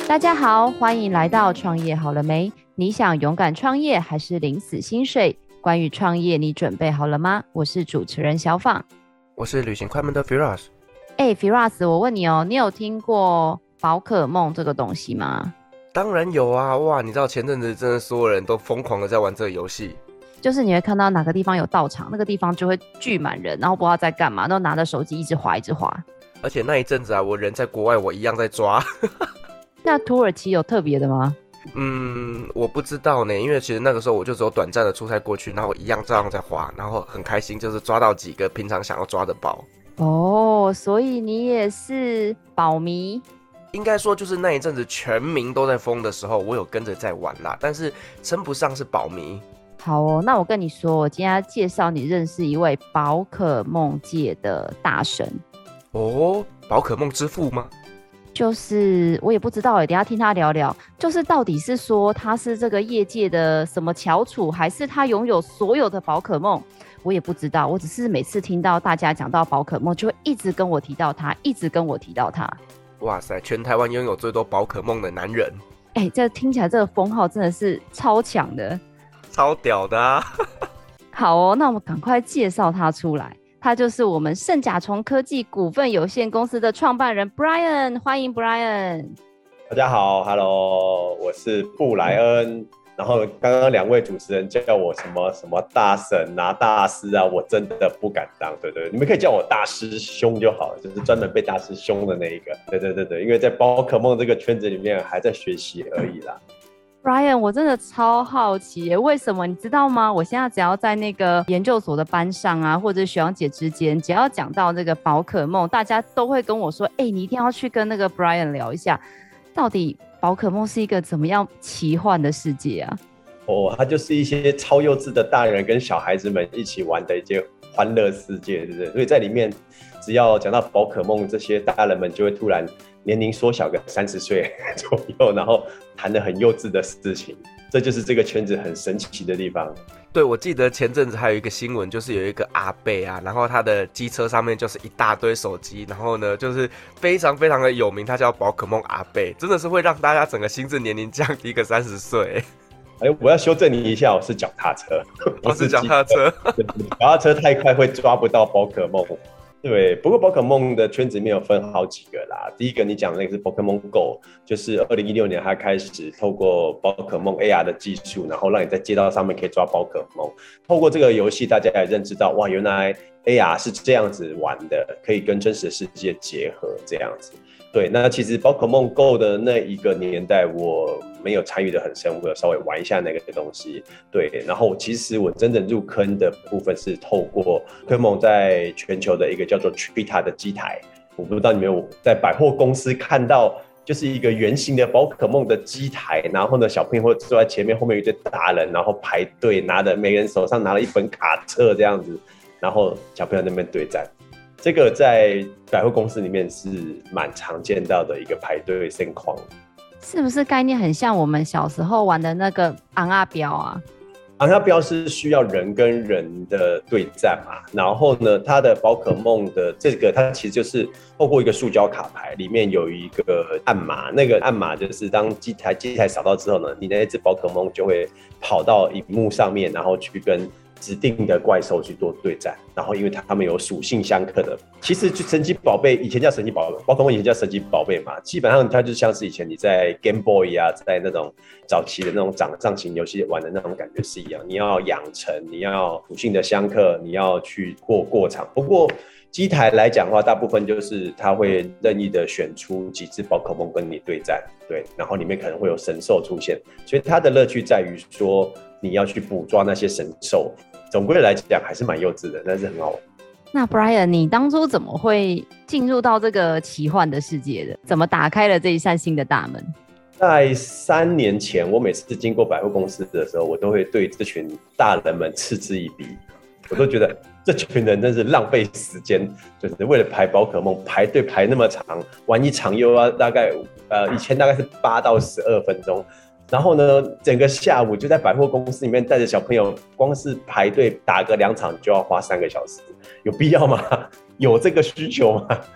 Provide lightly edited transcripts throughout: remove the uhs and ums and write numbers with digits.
大家好，欢迎来到创业好了没？你想勇敢创业还是领死薪水？关于创业，你准备好了吗？我是主持人小访。 我是旅行快门的 Firas。 Firas， 我问你哦，你有听过宝可梦这个东西吗？ 当然有啊，哇！你知道前阵子真的所有人都疯狂的在玩这个游戏， 就是你会看到哪个地方有道场，那个地方就会聚满人，然后不知道在干嘛，然后拿着手机一直滑一直滑。 而且那一阵子啊，我人在国外，我一样在抓。 那土耳其有特别的吗？ 我不知道呢，因为其实那个时候我就只有短暂的出差过去，然后一样这样在滑，然后很开心，就是抓到几个平常想要抓的宝。 哦，所以你也是宝迷。 应该说就是那一阵子全民都在疯的时候，我有跟着在玩啦，但是称不上是宝迷。 好哦，那我跟你说，我今天要介绍你认识一位宝可梦界的大神。 哦，宝可梦之父吗？ 就是我也不知道等一下听他聊聊，就是到底是说他是这个业界的什么翘楚，还是他拥有所有的宝可梦，我也不知道。我只是每次听到大家讲到宝可梦，就会一直跟我提到他，一直跟我提到他。 哇塞，全台湾拥有最多宝可梦的男人， 这听起来这个封号真的是超强的， 超屌的啊！ 好哦，那我们赶快介绍他出来。他就是我们圣甲虫科技股份有限公司的创办人 Brian， 欢迎 Brian。 大家好 ，Hello， 我是布莱恩。然后刚刚两位主持人叫我什么什么大神啊、大师啊，我真的不敢当。对，你们可以叫我大师兄就好了，就是专门被大师兄的那一个。对，因为在宝可梦这个圈子里面还在学习而已啦。 Brian， 我真的超好奇耶，为什么你知道吗？我现在只要在那个研究所的班上啊，或者学长姐之间，只要讲到这个宝可梦，大家都会跟我说，你一定要去跟那个 Brian 聊一下，到底宝可梦是一个怎么样奇幻的世界啊？ 它就是一些超幼稚的大人跟小孩子们一起玩的一些欢乐世界，对不对？所以在里面，只要讲到宝可梦，这些大人们就会突然年龄缩小个30岁左右，然后谈得很幼稚的事情，这就是这个圈子很神奇的地方。 对，我记得前阵子还有一个新闻，就是有一个阿伯啊，然后他的机车上面就是一大堆手机，然后呢就是非常非常的有名，他叫宝可梦阿伯，真的是会让大家整个心智年龄降低个30岁。 我要修正你一下，我是脚踏车， 我是脚踏车， 脚踏车太快会抓不到宝可梦。对，不过宝可梦的圈子里面有分好几个啦。第一个你讲的那个是 Pokémon Go， 就是2016年它开始透过宝可梦 AR 的技术，然后让你在街道上面可以抓宝可梦。透过这个游戏，大家也认知到，哇，原来 AR 是这样子玩的，可以跟真实的世界结合这样子。对，那其实宝可梦 Go 的那一个年代，我没有参与的很深，我有稍微玩一下那个东西。对，然后其实我真正入坑的部分是透过 Pokémon 在全球的一个叫做 Trita 的机台。我不知道你们有在百货公司看到，就是一个圆形的宝可梦的机台，然后呢，小朋友会坐在前面，后面有一堆大人，然后排队拿着，每个人手上拿了一本卡册这样子，然后小朋友在那边对战。这个在百货公司里面是蛮常见到的一个排队盛况， 是不是概念很像我们小时候玩的那个昂啊标啊？ 昂啊标是需要人跟人的对战嘛，然后呢，它的宝可梦的这个，它其实就是透过一个塑胶卡牌，里面有一个暗码，那个暗码就是当机台扫到之后呢，你那只宝可梦就会跑到荧幕上面，然后去跟指定的怪兽去做对战，然后因为他们有属性相克的，其实就神奇宝贝以前叫神奇宝可梦，以前叫神奇宝贝嘛，基本上它就像是以前你在 Game Boy 啊，在那种早期的那种掌上型游戏玩的那种感觉是一样，你要养成，你要属性的相克，你要去过场。不过机台来讲的话，大部分就是它会任意的选出几只宝可梦跟你对战，对，然后里面可能会有神兽出现，所以它的乐趣在于说你要去捕捉那些神兽。总归来讲还是蛮幼稚的，但是很好玩。 那 Brian， 你当初怎么会进入到这个奇幻的世界的？怎么打开了这一扇新的大门？ 在3年前，我每次经过百货公司的时候，我都会对这群大人们嗤之以鼻。我都觉得这群人真是浪费时间，就是为了排宝可梦排队排那么长，玩一场又要大概以前大概是8到12分钟。然后呢，整个下午就在百货公司里面带着小朋友，光是排队打个2场就要花3个小时，有必要吗？有这个需求吗？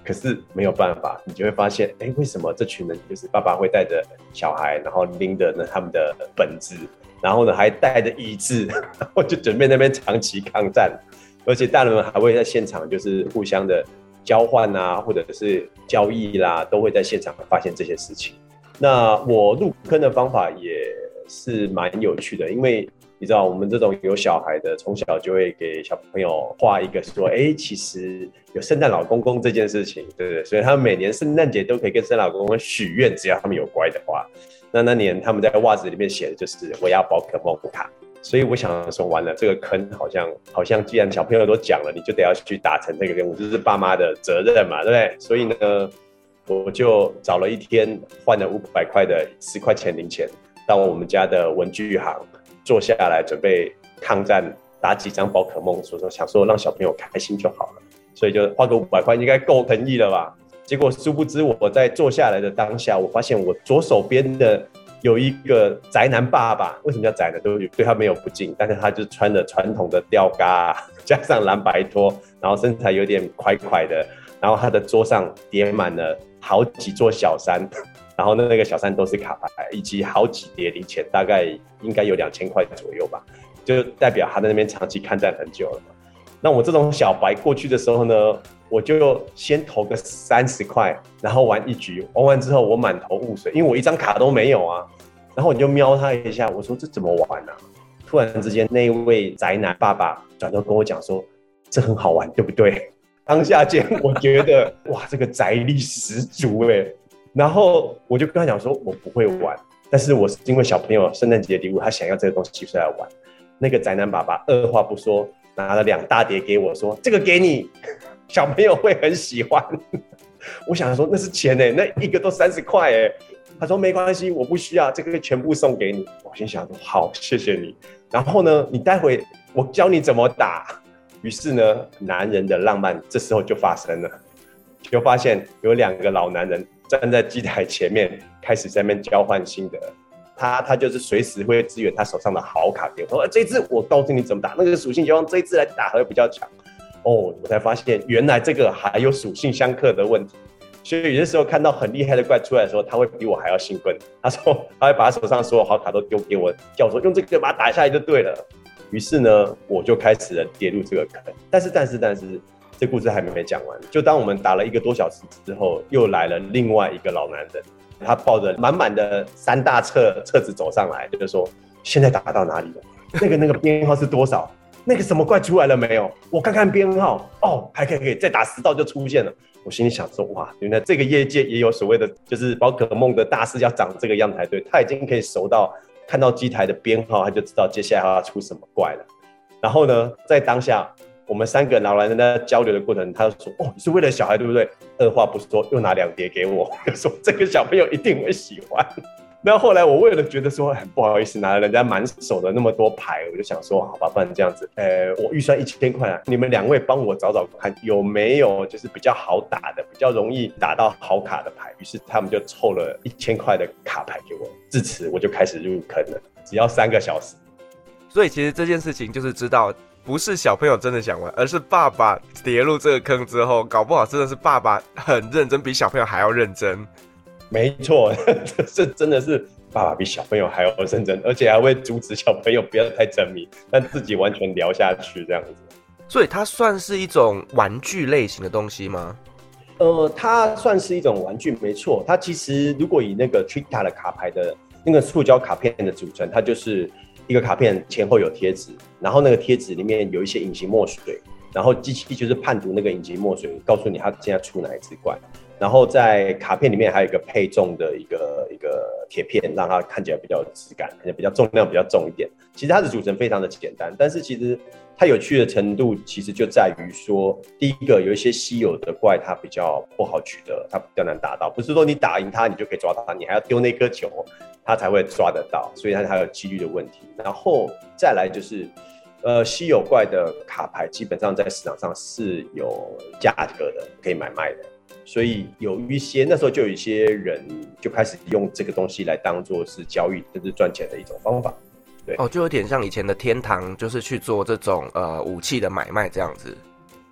可是没有办法，你就会发现，为什么这群人就是爸爸会带着小孩，然后拎着呢他们的本子，然后呢还带着椅子，然后就准备那边长期抗战，而且大人们还会在现场就是互相的交换啊，或者是交易啦，都会在现场发现这些事情。那我入坑的方法也是蛮有趣的，因为你知道我们这种有小孩的，从小就会给小朋友画一个说，其实有圣诞老公公这件事情，对不对？所以他们每年圣诞节都可以跟圣诞老公公许愿，只要他们有乖的话。那年他们在袜子里面写的就是我要宝可梦卡。所以我想说，完了这个坑好像既然小朋友都讲了，你就得要去达成这个任务，这是爸妈的责任嘛，对不对？所以呢，我就找了一天，换了500块的10块钱零钱，到我们家的文具行坐下来准备抗战，打几张宝可梦，想说让小朋友开心就好了，所以就花个500块应该够诚意了吧？结果殊不知我在坐下来的当下，我发现我左手边的有一个宅男爸爸，为什么叫宅男？对他没有不敬，但是他就穿着传统的吊嘎，加上蓝白拖，然后身材有点快快的，然后他的桌上叠满了好几座小山，然后那个小山都是卡牌，以及好几叠零钱，大概应该有2000块左右吧，就代表他在那边长期抗战很久了嘛。那我这种小白过去的时候呢，我就先投个30块，然后玩一局，玩完之后我满头雾水，因为我一张卡都没有啊。然后我就瞄他一下，我说这怎么玩啊？突然之间，那一位宅男爸爸转头跟我讲说：“这很好玩，对不对？”当下间我觉得哇，这个宅力十足哎。然后我就跟他讲说：“我不会玩，但是我是因为小朋友圣诞节礼物，他想要这个东西，所以来玩。”那个宅男爸爸二话不说，拿了2大叠给我说：“这个给你。”小朋友会很喜欢。我想说那是钱欸，那一个都30块欸。他说没关系，我不需要，这个全部送给你。我心想说好，谢谢你。然后呢，你待会我教你怎么打。于是呢，男人的浪漫这时候就发生了，就发现有2个老男人站在机台前面，开始在那边交换心得。他就是随时会支援他手上的好卡给我，说这一次我告诉你怎么打，那个属性就用这一次来打会比较强。我才发现原来这个还有属性相克的问题，所以有些时候看到很厉害的怪出来的时候，他会比我还要兴奋。他说他会把他手上所有好卡都丢给我，叫我说用这个把它打下来就对了。于是呢，我就开始了跌入这个坑。但是，这故事还没讲完。就当我们打了1个多小时之后，又来了另外一个老男人，他抱着满满的3大册子走上来，就是说现在打到哪里了？那个编号是多少？那个什么怪出来了没有？我看看编号，还可以，再打10道就出现了。我心里想说，哇，原来这个业界也有所谓的，就是宝可梦的大师要长这个样才对。他已经可以熟到看到机台的编号，他就知道接下来要出什么怪了。然后呢，在当下我们3个老男人在交流的过程，他就说：“你是为了小孩对不对？”二话不说，又拿2叠给我，就说这个小朋友一定会喜欢。然后后来我为了觉得说很不好意思拿了人家满手的那么多牌，我就想说好吧，不然这样子，我预算1000块啊，你们2位帮我找找看有没有就是比较好打的、比较容易打到好卡的牌。于是他们就凑了1000块的卡牌给我，自此我就开始入坑了，只要3个小时。 所以其实这件事情就是知道，不是小朋友真的想玩，而是爸爸跌入这个坑之后，搞不好真的是爸爸很认真，比小朋友还要认真。 没错，这真的是爸爸比小朋友还要认真，而且还会阻止小朋友不要太沉迷，但自己完全聊下去这样子。 所以它算是一种玩具类型的东西吗？ 它算是一种玩具，没错。它其实如果以那个 Tricta 的卡牌的那个塑胶卡片的组成，它就是一个卡片前后有贴纸，然后那个贴纸里面有一些隐形墨水，然后机器就是判读那个隐形墨水，告诉你它现在出哪一只怪。然后在卡片里面还有一个配重的一个铁片，让它看起来比较有质感，看起来比较重量比较重一点。其实它的组成非常的简单，但是其实它有趣的程度其实就在于说，第一个有一些稀有的怪它比较不好取得，它比较难打到，不是说你打赢它你就可以抓到它，你还要丢那颗球它才会抓得到，所以它还有几率的问题。然后再来就是稀有怪的卡牌基本上在市场上是有价格的，可以买卖的。所以有一些那时候就有一些人就开始用这个东西来当作是交易甚至赚钱的一种方法。对， 就有点像以前的天堂，就是去做这种武器的买卖这样子。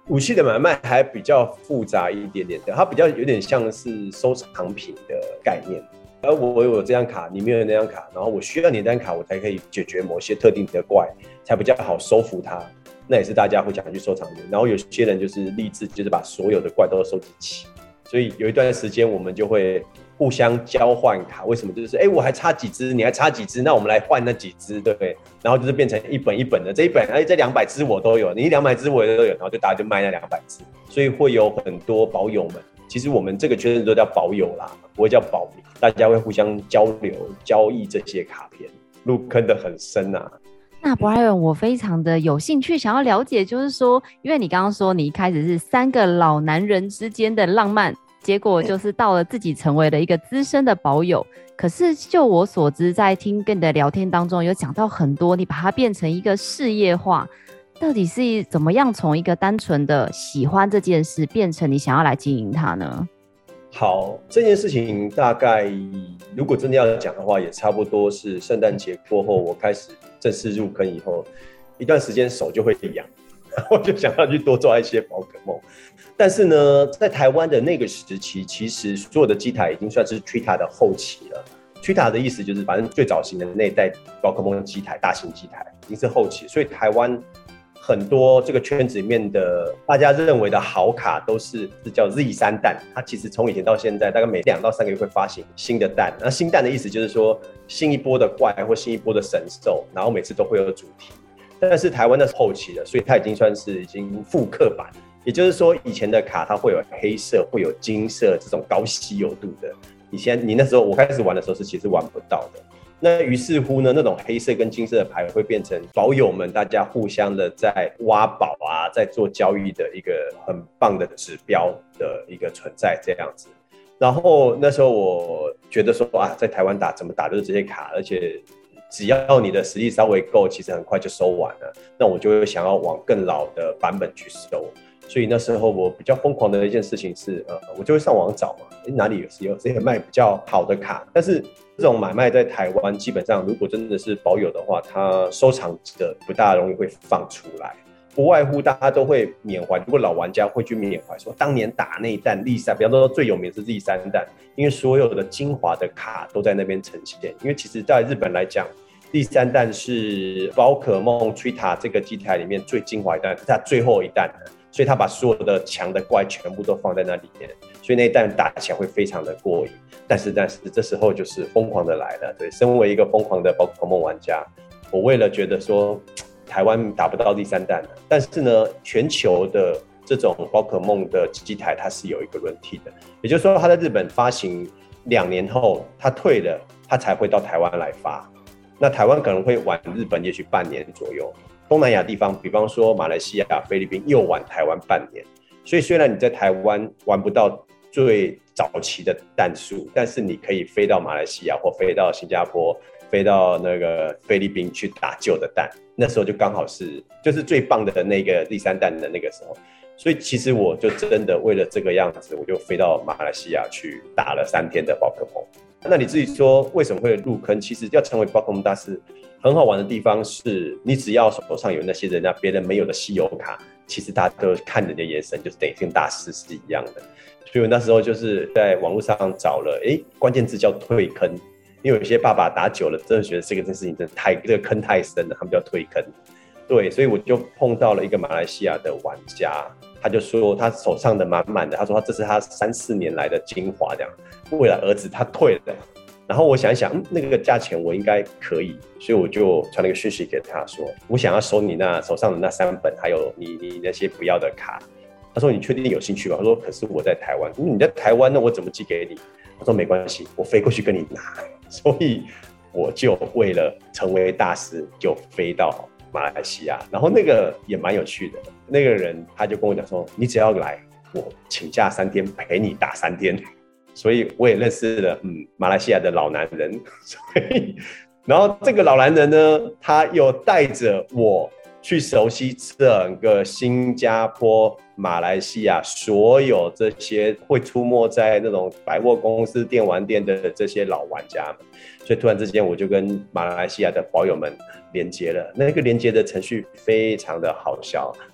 武器的买卖还比较复杂一点点的，它比较有点像是收藏品的概念。而我有这张卡，你没有那张卡，然后我需要你那张卡，我才可以解决某些特定的怪，才比较好收服它。那也是大家会想去收藏的。然后有些人就是立志，就是把所有的怪都收集齐。所以有一段时间我们就会互相交换卡。为什么？就是我还差几只，你还差几只，那我们来换那几只，对不对？然后就是变成一本一本的，这一本这200只我都有，你200只我也都有，然后就大家就卖那200只。所以会有很多宝友们。其实我们这个圈子都叫宝友啦，不会叫宝民，大家会互相交流、交易这些卡片，入坑的很深啊。 那 Brian， 我非常的有兴趣想要了解，就是说，因为你刚刚说你一开始是3个老男人之间的浪漫，结果就是到了自己成为了一个资深的宝友。可是就我所知，在听跟你的聊天当中，有讲到很多，你把它变成一个事业化。到底是怎么样从一个单纯的喜欢这件事变成你想要来经营它呢？ 好，这件事情大概如果真的要讲的话，也差不多是圣诞节过后，我开始正式入坑以后，一段时间手就会痒，然后就想要去多抓一些宝可梦。但是呢，在台湾的那个时期，其实所有的机台已经算是 Trita 的后期了。Trita 的意思就是，反正最早型的那一代宝可梦机台，大型机台已经是后期，所以台湾很多这个圈子里面的大家认为的好卡都是叫 Z3 弹，它其实从以前到现在大概每2到3个月会发行新的弹。那新弹的意思就是说新一波的怪或新一波的神兽，然后每次都会有主题。但是台湾那是后期了，所以它已经算是已经复刻版，也就是说以前的卡它会有黑色会有金色这种高稀有度的，你那时候我开始玩的时候是其实玩不到的。那于是乎呢，那种黑色跟金色的牌会变成宝友们大家互相的在挖宝啊，在做交易的一个很棒的指标的一个存在这样子。然后那时候我觉得说在台湾怎么打就是这些卡，而且只要你的实力稍微够，其实很快就收完了。那我就会想要往更老的版本去收。所以那时候我比较疯狂的一件事情是，我就会上网找嘛，哪里有谁卖比较好的卡。但是这种买卖在台湾基本上，如果真的是保有的话，它收藏的不大容易会放出来，不外乎大家都会缅怀。如果老玩家会去缅怀说，当年打那一弹Z3，比方说最有名是 Z3 弹，因为所有的精华的卡都在那边呈现。因为其实在日本来讲，Z3 弹是宝可梦 Trita 这个机台里面最精华一弹，是它最后一弹的。所以他把所有的强的怪全部都放在那里面，所以那一弹打起来会非常的过瘾。但是这时候就是疯狂的来了。对，身为一个疯狂的宝可梦玩家，我为了觉得说台湾打不到第3弹了，但是呢，全球的这种宝可梦的机台它是有一个轮替的，也就是说它在日本发行2年后它退了，它才会到台湾来发。那台湾可能会晚日本也许半年左右。东南亚地方，比方说马来西亚、菲律宾，又晚台湾半年。所以虽然你在台湾玩不到最早期的弹数，但是你可以飞到马来西亚或飞到新加坡、飞到那个菲律宾去打旧的弹。那时候就刚好就是最棒的那个Z3弹的那个时候。所以其实我就真的为了这个样子，我就飞到马来西亚去打了3天的宝可梦。那你自己说为什么会入坑？其实要成为宝可梦大师，很好玩的地方是，你只要手上有那些别人没有的稀有卡，其实大家都看你的眼神，就是等于跟大师是一样的。所以我那时候就是在网络上找了，关键字叫退坑，因为有些爸爸打久了，真的觉得这件事情真的这个坑太深了，他们叫退坑。对，所以我就碰到了一个马来西亚的玩家，他就说他手上的满满的，他说这是他3、4年来的精华，这样为了儿子他退了。然后我想一想，那个价钱我应该可以，所以我就传了一个讯息给他说，我想要收你那手上的那3本，还有你那些不要的卡。他说你确定有兴趣吗？他说可是我在台湾。你在台湾，那我怎么寄给你？他说没关系，我飞过去跟你拿。所以我就为了成为大师，就飞到马来西亚。然后那个也蛮有趣的，那个人他就跟我讲说，你只要来，我请假3天陪你打3天。所以我也认识了马来西亚的老男人。所以然后这个老男人呢，他又带着我去熟悉整个新加坡、马来西亚所有这些会出没在那种百货公司、电玩店的这些老玩家们。所以突然之间我就跟马来西亚的宝友们连接了，那个连接的程序非常的好笑。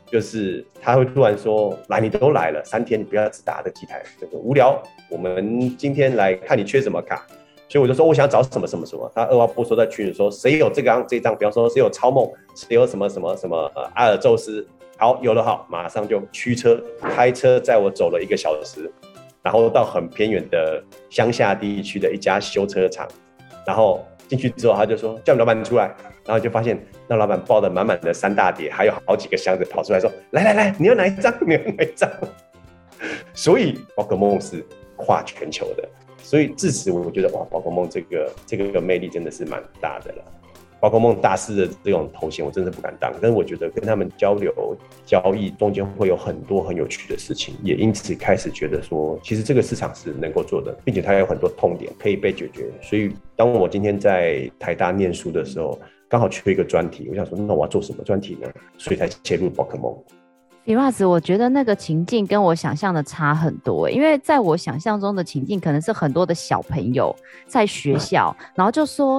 就是他会突然说：“来，你都来了，3天你不要只打这机台，无聊。我们今天来看你缺什么卡。”所以我就说我想要找什么什么什么。他二话不说在群里说谁有这张，比方说谁有超梦，谁有什么什么什么阿尔宙斯，好有了好，马上就开车载我走了1个小时，然后到很偏远的乡下地区的一家修车厂，然后进去之后他就说叫你老板出来，然后就发现那老板抱着满满的3大叠，还有好几个箱子跑出来说来，你要哪一张？你要哪一张？所以宝可梦是跨全球的。所以自此我觉得哇，宝可梦这个魅力真的是蛮大的了。宝可梦大师的这种头衔我真的不敢当，但是我觉得跟他们交流交易中间会有很多很有趣的事情，也因此开始觉得说其实这个市场是能够做的，并且它有很多痛点可以被解决。所以当我今天在台大念书的时候，刚好缺一个专题，我想说那我要做什么专题呢？所以才切入宝可梦。 Firas， 我觉得那个情境跟我想象的差很多，因为在我想象中的情境可能是很多的小朋友在学校，然后就说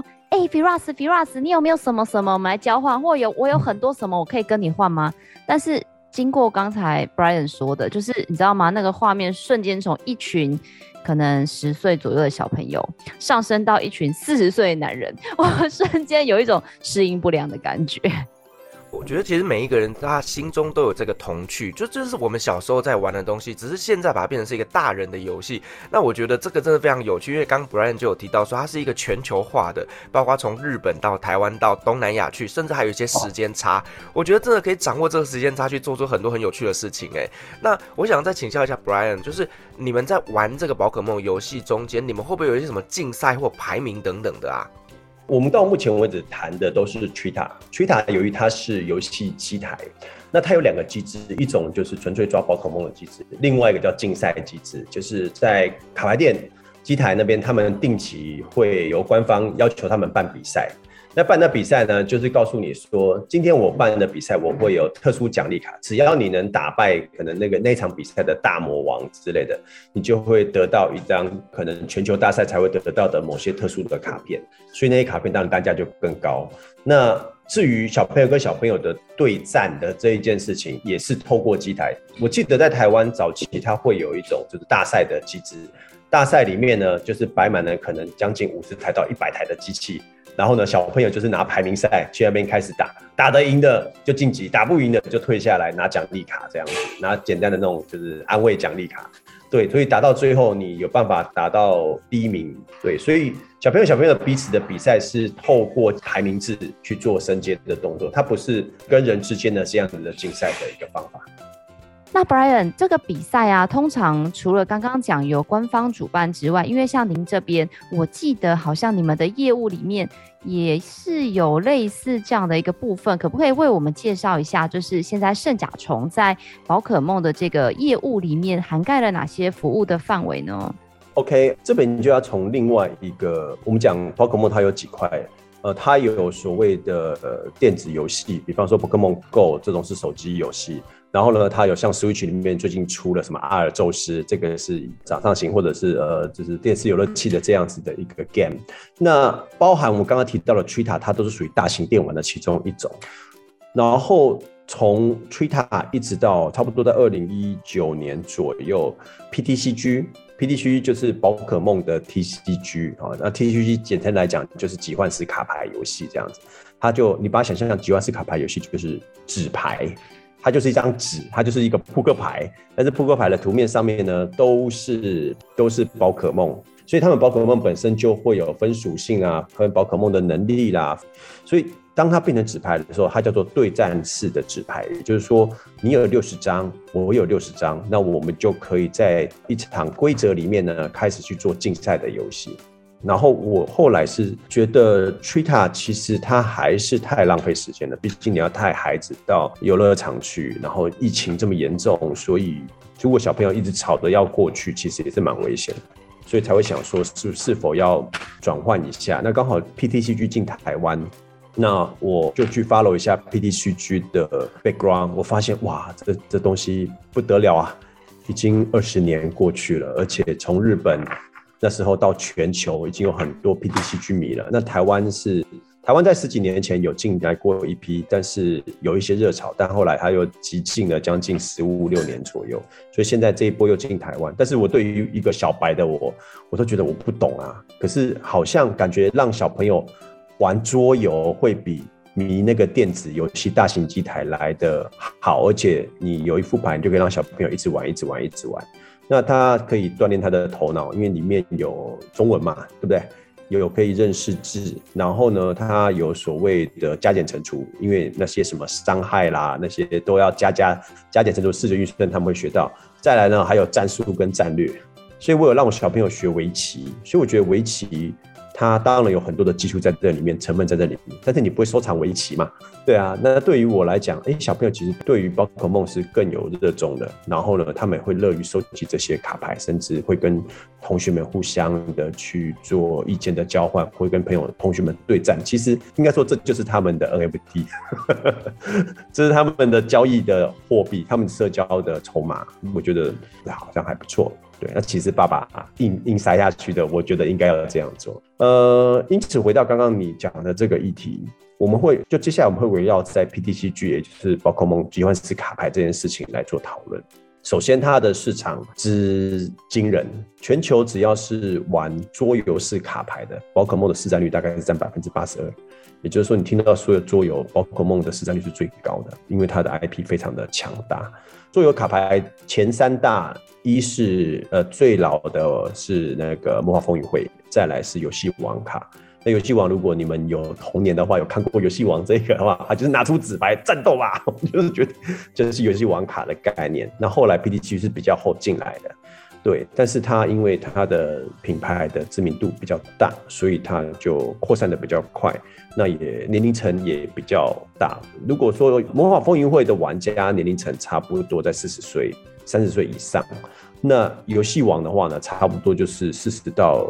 Firas， 你有没有什么什么我们来交换，或我有很多什么我可以跟你换吗？但是经过刚才 Brian 说的，就是你知道吗？那个画面瞬间从一群可能10岁左右的小朋友上升到一群40岁的男人，我瞬间有一种适应不良的感觉。 我觉得其实每一个人他心中都有这个童趣，就是我们小时候在玩的东西，只是现在把它变成是一个大人的游戏。那我觉得这个真的非常有趣，因为刚刚 Brian 就有提到说它是一个全球化的，包括从日本到台湾到东南亚去，甚至还有一些时间差。我觉得真的可以掌握这个时间差去做出很多很有趣的事情。那我想再请教一下 Brian， 就是你们在玩这个宝可梦游戏中间，你们会不会有一些什么竞赛或排名等等的啊？ 我们到目前为止谈的都是 Cheetah， 由于它是游戏机台，那它有2个机制，一种就是纯粹抓宝可梦的机制，另外一个叫竞赛机制，就是在卡牌店机台那边，他们定期会由官方要求他们办比赛。那办的比赛呢，就是告诉你说，今天我办的比赛我会有特殊奖励卡，只要你能打败可能那场比赛的大魔王之类的，你就会得到一张可能全球大赛才会得到的某些特殊的卡片，所以那些卡片当然单价就更高。那至于小朋友跟小朋友的对战的这一件事情，也是透过机台。我记得在台湾早期它会有一种就是大赛的机制，大赛里面呢就是摆满了可能将近50台到100台的机器。然后呢，小朋友就是拿排名赛去那边开始打得赢的就晋级，打不赢的就退下来拿奖励卡这样子，拿简单的那种就是安慰奖励卡。对，所以打到最后你有办法打到第1名。对，所以小朋友的彼此的比赛是透过排名制去做升阶的动作，它不是跟人之间的这样子的竞赛的一个方法。 那 Brian 这个比赛啊，通常除了刚刚讲由官方主办之外，因为像您这边，我记得好像你们的业务里面也是有类似这样的一个部分，可不可以为我们介绍一下，就是现在圣甲虫在宝可梦的这个业务里面涵盖了哪些服务的范围呢？ OK， 这边就要从另外一个，我们讲宝可梦它有几块，它有所谓的电子游戏，比方说 Pokemon Go 这种是手机游戏，然后呢，它有像 Switch 里面最近出了什么阿尔宙斯，这个是掌上型或者是就是电视游乐器的这样子的一个 game。那包含我们刚刚提到的 Cheetah， 它都是属于大型电玩的其中一种。然后从 Cheetah 一直到差不多在2019年左右 ，PTCG 就是宝可梦的 TCG 啊，那 TCG 简单来讲就是集换式卡牌游戏这样子。你把它想象成集换式卡牌游戏就是纸牌，它就是一张纸，它就是一个扑克牌，但是扑克牌的图面上面呢都是宝可梦，所以他们宝可梦本身就会有分属性啊，分宝可梦的能力啦，所以当它变成纸牌的时候，它叫做对战式的纸牌，也就是说你有60张，我有60张，那我们就可以在一场规则里面呢开始去做竞赛的游戏。然后我后来是觉得 Cheetah 其实它还是太浪费时间了，毕竟你要带孩子到游乐场去，然后疫情这么严重，所以如果小朋友一直吵着要过去，其实也是蛮危险的，所以才会想说是否要转换一下。那刚好 PTCG 进台湾，那我就去 follow 一下 PTCG 的 background， 我发现哇，这东西不得了啊，已经20年过去了，而且从日本那时候到全球已经有很多 PTCG 迷了。那台湾是台湾在10几年前有进来过一批，但是有一些热潮，但后来它又急进了将近15、16年左右，所以现在这一波又进台湾。但是我对于一个小白的我都觉得我不懂啊。可是好像感觉让小朋友玩桌游会比迷那个电子游戏大型机台来的好，而且你有一副牌，你就可以让小朋友一直玩，一直玩，一直玩。那他可以锻炼他的头脑，因为里面有中文嘛，对不对？有可以认识字，然后呢，它有所谓的加减乘除，因为那些什么伤害啦，那些都要加减乘除，视觉运算他们会学到。再来呢，还有战术跟战略，所以我有让我小朋友学围棋，所以我觉得围棋它当然有很多的技术在这里面，成分在这里面，但是你不会收藏围棋嘛？对啊，那对于我来讲，小朋友其实对于宝可梦是更有热衷的，然后呢，他们也会乐于收集这些卡牌，甚至会跟同学们互相的去做意见的交换，会跟同学们对战。其实应该说，这就是他们的 NFT， 这是他们的交易的货币，他们社交的筹码。我觉得好像还不错。对，那其实爸爸硬塞下去的，我觉得应该要这样做。因此回到刚刚你讲的这个议题，接下来我们会围绕在 PTCG， 也就是宝可梦集幻式卡牌这件事情来做讨论。首先，它的市场之惊人，全球只要是玩桌游式卡牌的，宝可梦的市占率大概是占82%。也就是说，你听到所有桌游，宝可梦的市占率是最高的，因为它的 IP 非常的强大。桌游卡牌前3大，一是最老的是那个魔法风云会，再来是游戏王卡。那游戏王，如果你们有童年的话，有看过游戏王这个的话，它就是拿出纸牌战斗吧，我就是觉得就是游戏王卡的概念。那后来 PTG 是比较后进来的，对，但是它因为它的品牌的知名度比较大，所以它就扩散的比较快，那也年龄层也比较大。如果说魔法风云会的玩家年龄层差不多在40岁、30岁以上，那游戏王的话呢，差不多就是40到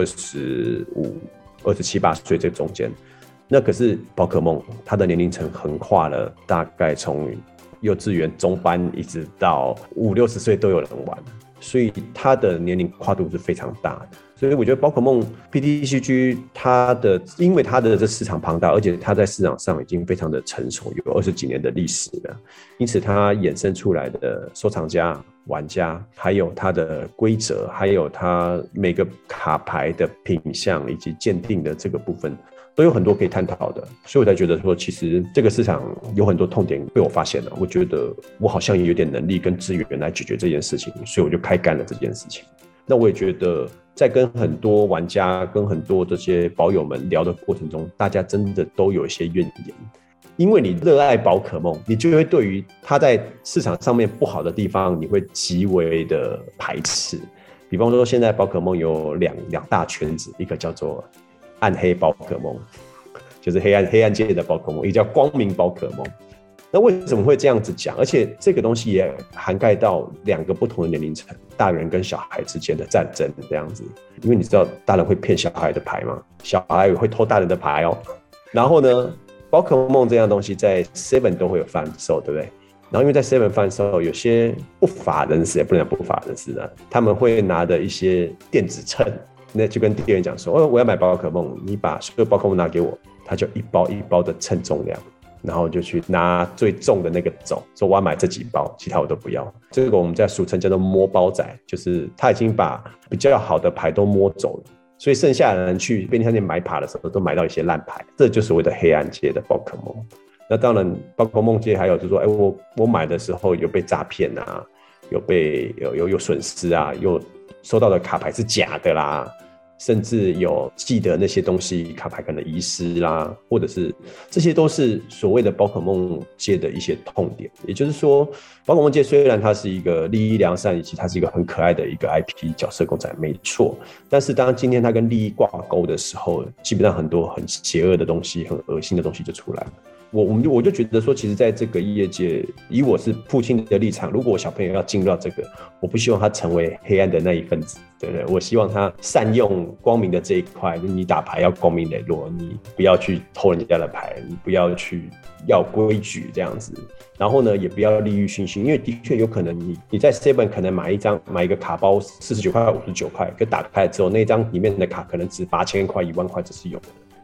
25、27、28岁这中间。那可是宝可梦，它的年龄层横跨了大概从幼稚园中班一直到50、60岁都有人玩，所以它的年龄跨度是非常大的。所以我觉得宝可梦 PTCG 因为它的这市场庞大，而且它在市场上已经非常的成熟，有20几年的历史了，因此它衍生出来的收藏家、玩家，还有它的规则，还有它每个卡牌的品相以及鉴定的这个部分，都有很多可以探讨的。所以我才觉得说，其实这个市场有很多痛点被我发现了，我觉得我好像也有点能力跟资源来解决这件事情，所以我就开干了这件事情。那我也觉得在跟很多玩家跟很多这些宝友们聊的过程中，大家真的都有一些怨言，因为你热爱宝可梦，你就会对于它在市场上面不好的地方，你会极为的排斥。比方说现在宝可梦有两大圈子，一个叫做暗黑宝可梦，就是黑暗界的宝可梦，一个叫光明宝可梦。那为什么会这样子讲？而且这个东西也涵盖到2个不同的年龄层，大人跟小孩之间的战争这样子。因为你知道大人会骗小孩的牌吗？小孩也会偷大人的牌哦。然后呢，宝可梦这样东西在 Seven 都会有贩售，对不对？然后因为在 Seven 贩售，有些不法人士，也不能讲不法人士的，他们会拿的一些电子秤，那就跟店员讲说，我要买宝可梦，你把所有宝可梦拿给我，他就一包一包的称重量。然后就去拿最重的那个走，说我要买这几包，其他我都不要。这个我们在俗称叫做摸包仔，就是他已经把比较好的牌都摸走了，所以剩下的人去便利商店买卡的时候都买到一些烂牌，这就是所谓的黑暗界的宝可梦。那当然宝可梦界还有就是说，我买的时候有被诈骗啊，有损失啊，有收到的卡牌是假的啦，甚至有记得那些东西卡牌可能遗失啦，或者是这些都是所谓的宝可梦界的一些痛点。也就是说，宝可梦界虽然它是一个利益良善，以及它是一个很可爱的一个 IP 角色公仔，没错，但是当今天它跟利益挂钩的时候，基本上很多很邪恶的东西、很恶心的东西就出来了。我就觉得说，其实在这个业界，以我是父亲的立场，如果我小朋友要进入到这个，我不希望他成为黑暗的那一份子，对不对？我希望他善用光明的这一块，你打牌要光明磊落，你不要去偷人家的牌，你不要去要规矩这样子，然后呢，也不要利欲熏心，因为的确有可能你在 Seven 可能买一个卡包49块、59块，可打开之后那张里面的卡可能值8000块、1万块，这是有的。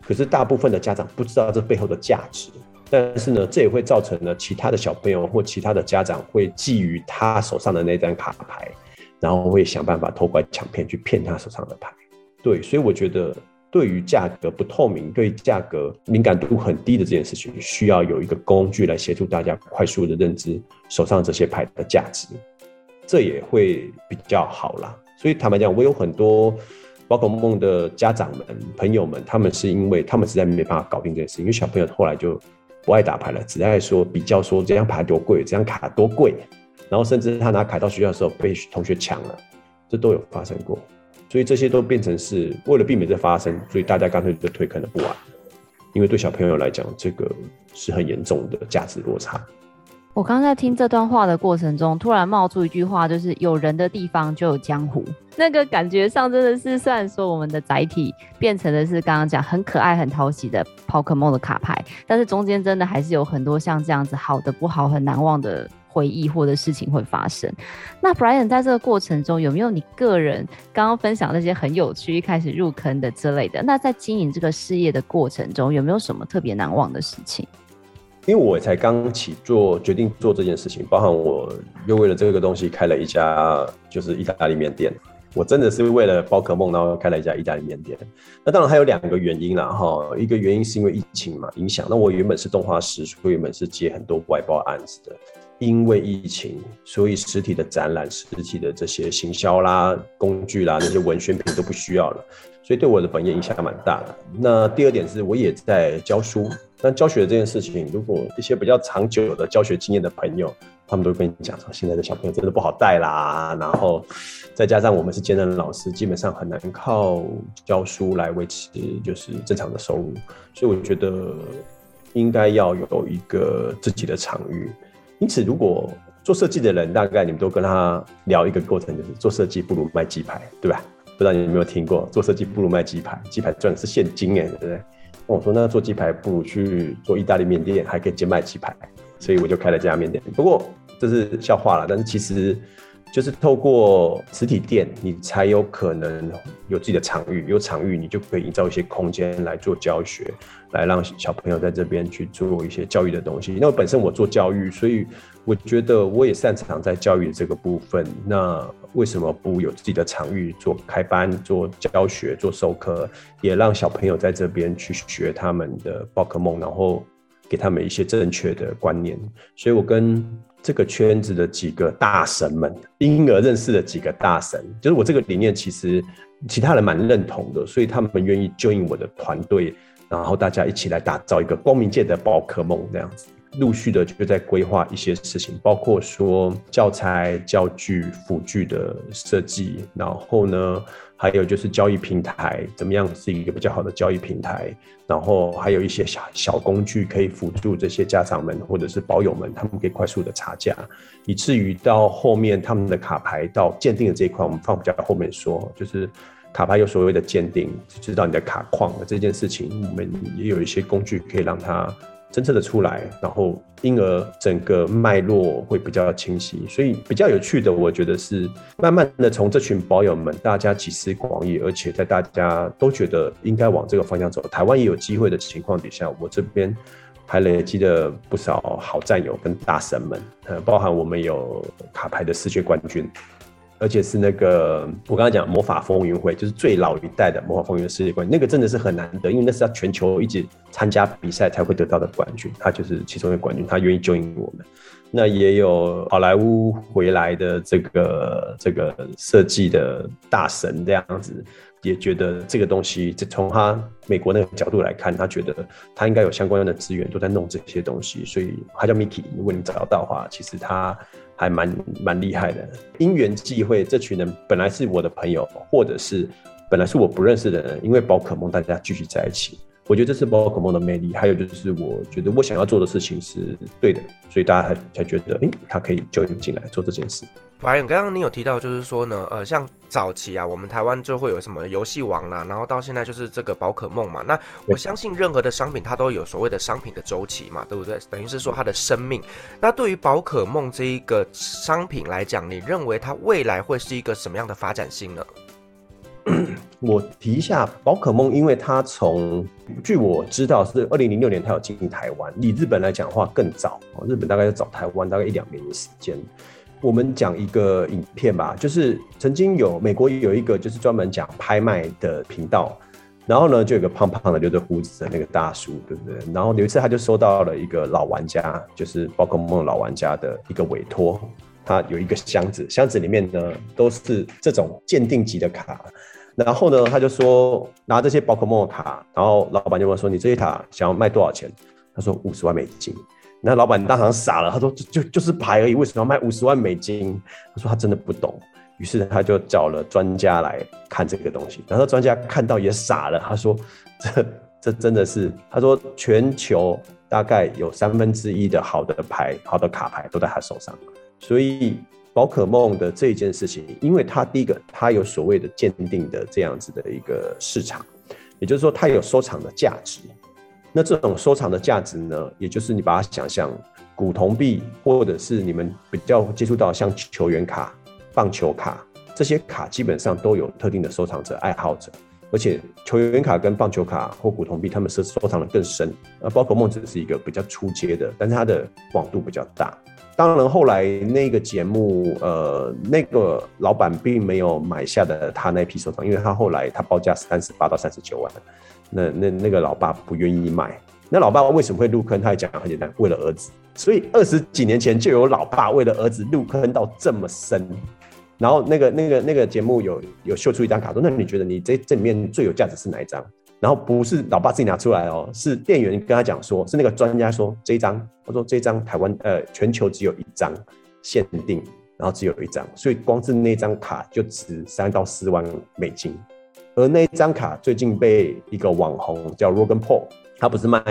可是大部分的家长不知道这背后的价值。但是呢，这也会造成了其他的小朋友或其他的家长会觊觎他手上的那张卡牌，然后会想办法偷拐抢骗去骗他手上的牌。对，所以我觉得对于价格不透明、对价格敏感度很低的这件事情，需要有一个工具来协助大家快速的认知手上这些牌的价值，这也会比较好啦。所以坦白讲，我有很多宝可梦的家长们、朋友们，他们是因为他们实在没办法搞定这件事，因为小朋友后来就不爱打牌了，只爱说比较说这张牌多贵，这张卡多贵，然后甚至他拿卡到学校的时候被同学抢了，这都有发生过。所以这些都变成是为了避免这发生，所以大家干脆就退坑了不玩，因为对小朋友来讲，这个是很严重的价值落差。 我刚在听这段话的过程中，突然冒出一句话，就是有人的地方就有江湖。那个感觉上真的是，虽然说我们的载体变成的是刚刚讲很可爱很讨喜的宝可梦的卡牌，但是中间真的还是有很多像这样子好的不好很难忘的回忆或者事情会发生。那 Brian 在这个过程中有没有你个人刚刚分享那些很有趣一开始入坑的之类的，那在经营这个事业的过程中有没有什么特别难忘的事情？ 因为我才刚起决定做这件事情，包含我又为了这个东西开了一家就是意大利面店。我真的是为了宝可梦，然后开了一家意大利面店。那当然还有2个原因啦，一个原因是因为疫情嘛影响。那我原本是动画师，所以原本是接很多外包案子的。因为疫情，所以实体的展览、实体的这些行销啦、工具啦、那些文宣品都不需要了，所以对我的本业影响蛮大的。那第二点是我也在教书，但教学这件事情，如果一些比较长久的教学经验的朋友，他们都会跟你讲说，现在的小朋友真的不好带啦，然后再加上我们是兼任老师，基本上很难靠教书来维持就是正常的收入，所以我觉得应该要有一个自己的场域。因此，如果做设计的人，大概你们都跟他聊一个过程，就是做设计不如卖鸡排，对吧？不知道你有没有听过，做设计不如卖鸡排，鸡排赚的是现金对不对？那我说，那做鸡排不如去做意大利面店，还可以兼卖鸡排，所以我就开了这家面店。不过这是笑话了，但是其实就是透过实体店，你才有可能有自己的场域，有场域你就可以营造一些空间来做教学，来让小朋友在这边去做一些教育的东西。那本身我做教育，所以我觉得我也擅长在教育的这个部分。那为什么不有自己的场域做开班、做教学、做授课，也让小朋友在这边去学他们的宝可梦，然后给他们一些正确的观念。所以我跟这个圈子的几个大神们，因而认识了几个大神，就是我这个理念其实其他人蛮认同的，所以他们愿意 join 我的团队，然后大家一起来打造一个光明界的宝可梦这样子。陆续的就在规划一些事情，包括说教材、教具、辅具的设计，然后呢，还有就是交易平台，怎么样是一个比较好的交易平台，然后还有一些小工具可以辅助这些家长们或者是保友们，他们可以快速的查价，以至于到后面他们的卡牌到鉴定的这一块，我们放比较后面说，就是卡牌有所谓的鉴定，知道你的卡框的这件事情，我们也有一些工具可以让它侦测的出来，然后因而整个脉络会比较清晰。所以比较有趣的，我觉得是慢慢的从这群保友们，大家集思广益，而且在大家都觉得应该往这个方向走，台湾也有机会的情况底下，我这边还累积了不少好战友跟大神们，包含我们有卡牌的世界冠军。而且是那个我刚才讲魔法风云会，就是最老一代的魔法风云的世界冠军，那个真的是很难得，因为那是要全球一直参加比赛才会得到的冠军，他就是其中一个冠军，他愿意 join 我们。那也有好莱坞回来的这个设计的大神这样子，也觉得这个东西从他美国那个角度来看，他觉得他应该有相关的资源都在弄这些东西，所以他叫 Mickey， 如果你找到的话，其实他还蛮厉害的。因缘际会，这群人本来是我的朋友，或者是本来是我不认识的人，因为宝可梦大家聚集在一起，我觉得这是宝可梦的魅力。还有就是我觉得我想要做的事情是对的，所以大家才觉得他可以就进来做这件事。 Brian， 刚刚你有提到就是说呢，像早期啊，我们台湾就会有什么游戏王啦，然后到现在就是这个宝可梦嘛。那我相信任何的商品它都有所谓的商品的周期嘛，对不对？等于是说它的生命。那对于宝可梦这一个商品来讲，你认为它未来会是一个什么样的发展性呢？ 我提一下宝可梦，因为它据我知道是2006年它有进台湾，以日本来讲的话更早，日本大概要早台湾大概1-2年的时间。我们讲一个影片吧，就是曾经美国有一个就是专门讲拍卖的频道，然后呢就有个胖胖的留着胡子的那个大叔，对不对？然后有一次他就收到了一个老玩家，就是宝可梦老玩家的一个委托，他有一个箱子，箱子里面呢都是这种鉴定级的卡。然后呢，他就说拿这些宝可梦的卡，然后老板就问说：“你这些卡想要卖多少钱？”他说：“50万美金。”那老板当场傻了，他说：“就是牌而已，为什么要卖50万美金？”他说他真的不懂，于是他就找了专家来看这个东西。然后专家看到也傻了，他说：“这真的是，他说全球大概有1/3的好的牌、好的卡牌都在他手上，所以。”宝可梦的这一件事情，因为它第一个，它有所谓的鉴定的这样子的一个市场，也就是说它有收藏的价值。那这种收藏的价值呢，也就是你把它想象古铜币，或者是你们比较接触到像球员卡、棒球卡这些卡，基本上都有特定的收藏者、爱好者，而且球员卡跟棒球卡或古铜币，他们是收藏的更深。宝可梦只是一个比较初阶的，但是它的广度比较大。当然，后来那个节目，那个老板并没有买下的他那批收藏，因为他后来他报价38到39万，那个老爸不愿意卖。那老爸为什么会入坑？他也讲很简单，为了儿子。所以20几年前就有老爸为了儿子入坑到这么深。然后那个节目有秀出一张卡，说那你觉得你这里面最有价值是哪一张？然后不是老爸自己拿出来哦，是店员跟他讲说，是那个专家说这一张，他说这一张台湾全球只有1张限定，然后只有1张，所以光是那张卡就值3到4万美金。而那张卡最近被一个网红叫 Logan Paul， 他不是卖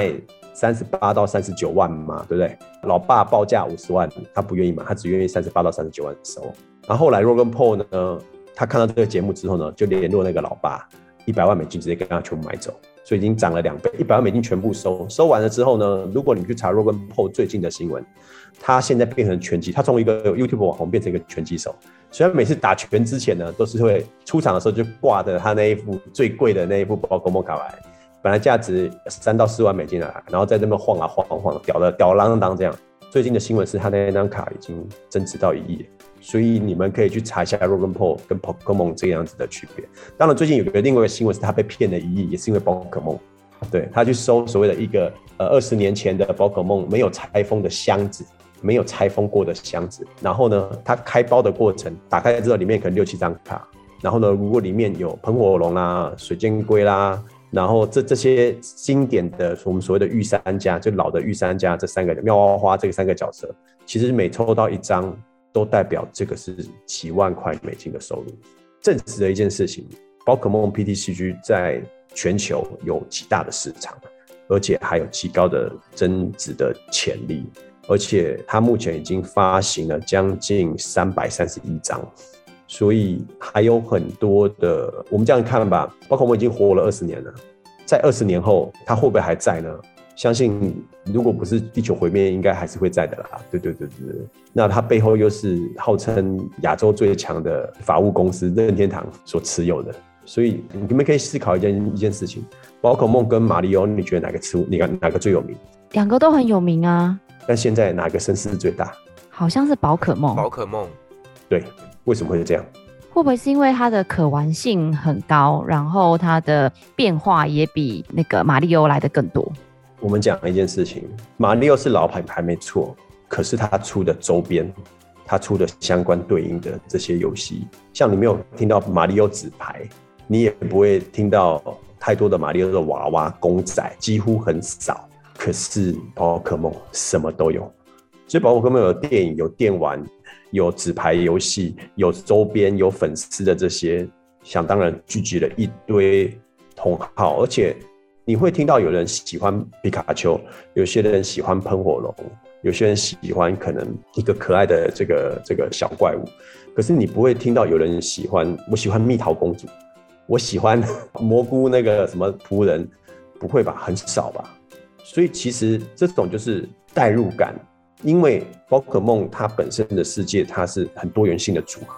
38到39万嘛，对不对？老爸报价50万，他不愿意买，他只愿意38到39万收。然后后来 Logan Paul 呢，他看到这个节目之后呢，就联络那个老爸。100万美金直接跟他全部买走，所以已经涨了2倍，100万美金全部收完了之后呢，如果你去查 Logan Paul 最近的新闻，他现在变成拳击，他从一个 YouTube 网红变成一个拳击手，所以他每次打拳之前呢，都是会出场的时候就挂着他那一副最贵的那一副宝可梦卡牌，本来价值3到4万美金啊，然后在这边晃啊晃啊晃，吊郎当这样。最近的新闻是他那张卡已经增值到1亿。所以你们可以去查一下 Logan Paul 跟宝可梦这样子的区别。当然，最近有另外一个新闻是他被骗了1亿，也是因为宝可梦。对，他去收所谓的一个20年前的宝可梦没有拆封的箱子，没有拆封过的箱子。然后呢，他开包的过程，打开之后里面可能6-7张卡。然后呢，如果里面有喷火龙啦、水箭龟啦，然后这些经典的我们所谓的御三家，就老的御三家这3个妙蛙花这3个角色，其实每抽到1张。都代表这个是几万块美金的收入，证实了一件事情：宝可梦 PTCG 在全球有极大的市场，而且还有极高的增值的潜力，而且它目前已经发行了将近331张，所以还有很多的。我们这样看吧，宝可梦已经活了20年了，在20年后，它会不会还在呢？相信如果不是地球毁灭，应该还是会在的啦。对。那它背后又是号称亚洲最强的法务公司任天堂所持有的，所以你们可以思考一件事情：宝可梦跟马里奥，你觉得哪个最有名 ？2个都很有名啊。 但现在哪个声势最大？ 好像是宝可梦。 宝可梦， 对，为什么会这样？ 会不会是因为它的可玩性很高，然后它的变化也比那个马里奥来的更多？ 我们讲一件事情，马里奥是老牌牌没错，可是他出的周边，他出的相关对应的这些游戏，像你没有听到马里奥纸牌，你也不会听到太多的马里奥的娃娃公仔，几乎很少。可是宝可梦什么都有，所以宝可梦有电影、有电玩、有纸牌游戏、有周边、有粉丝的这些，想当然聚集了一堆同好，而且。你会听到有人喜欢皮卡丘，有些人喜欢喷火龙，有些人喜欢可能一个可爱的这个小怪物，可是你不会听到有人喜欢，我喜欢蜜桃公主，我喜欢蘑菇那个什么仆人，不会吧？很少吧？所以其实这种就是代入感，因为宝可梦它本身的世界它是很多元性的组合，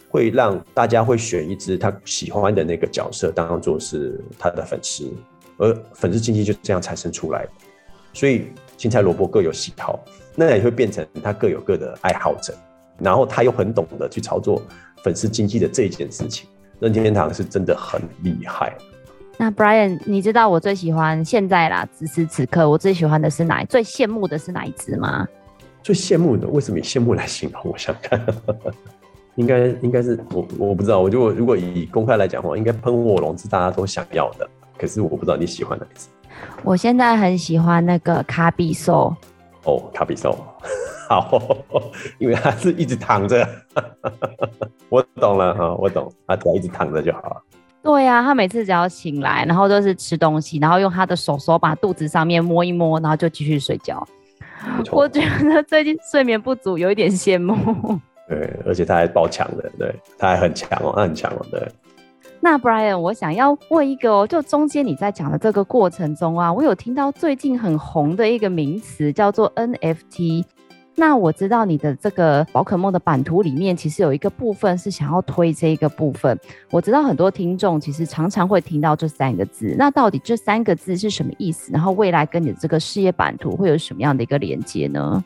会让大家会选一只他喜欢的那个角色当做是他的粉丝，而粉丝经济就这样产生出来的。所以青菜萝卜各有喜好，那也会变成他各有各的爱好者，然后他又很懂得去操作粉丝经济的这一件事情。任天堂是真的很厉害。 那 Brian， 你知道我最喜欢现在啦，此时此刻我最喜欢的是最羡慕的是哪一只吗？ 最羡慕的，为什么以羡慕来形容？我想看，应该是我不知道。我如果以公开来讲的话，应该喷火龙是大家都想要的，可是我不知道你喜欢哪一只。 我现在很喜欢那个卡比兽。 哦，卡比兽，好，因为它是一直躺着。我懂了哈，我懂，它只要一直躺着就好了。 对啊，他每次只要醒来，然后就是吃东西，然后用他的手把肚子上面摸一摸，然后就继续睡觉。我觉得最近睡眠不足，有一点羡慕。 对，而且他还爆强的，对，他还很强哦，他很强哦，对。 那 Brian， 我想要问一个哦，就中间你在讲的这个过程中啊，我有听到最近很红的一个名词叫做 NFT。那我知道你的这个宝可梦的版图里面，其实有一个部分是想要推这一个部分。我知道很多听众其实常常会听到这3个字，那到底这3个字是什么意思？然后未来跟你的这个事业版图会有什么样的一个连接呢？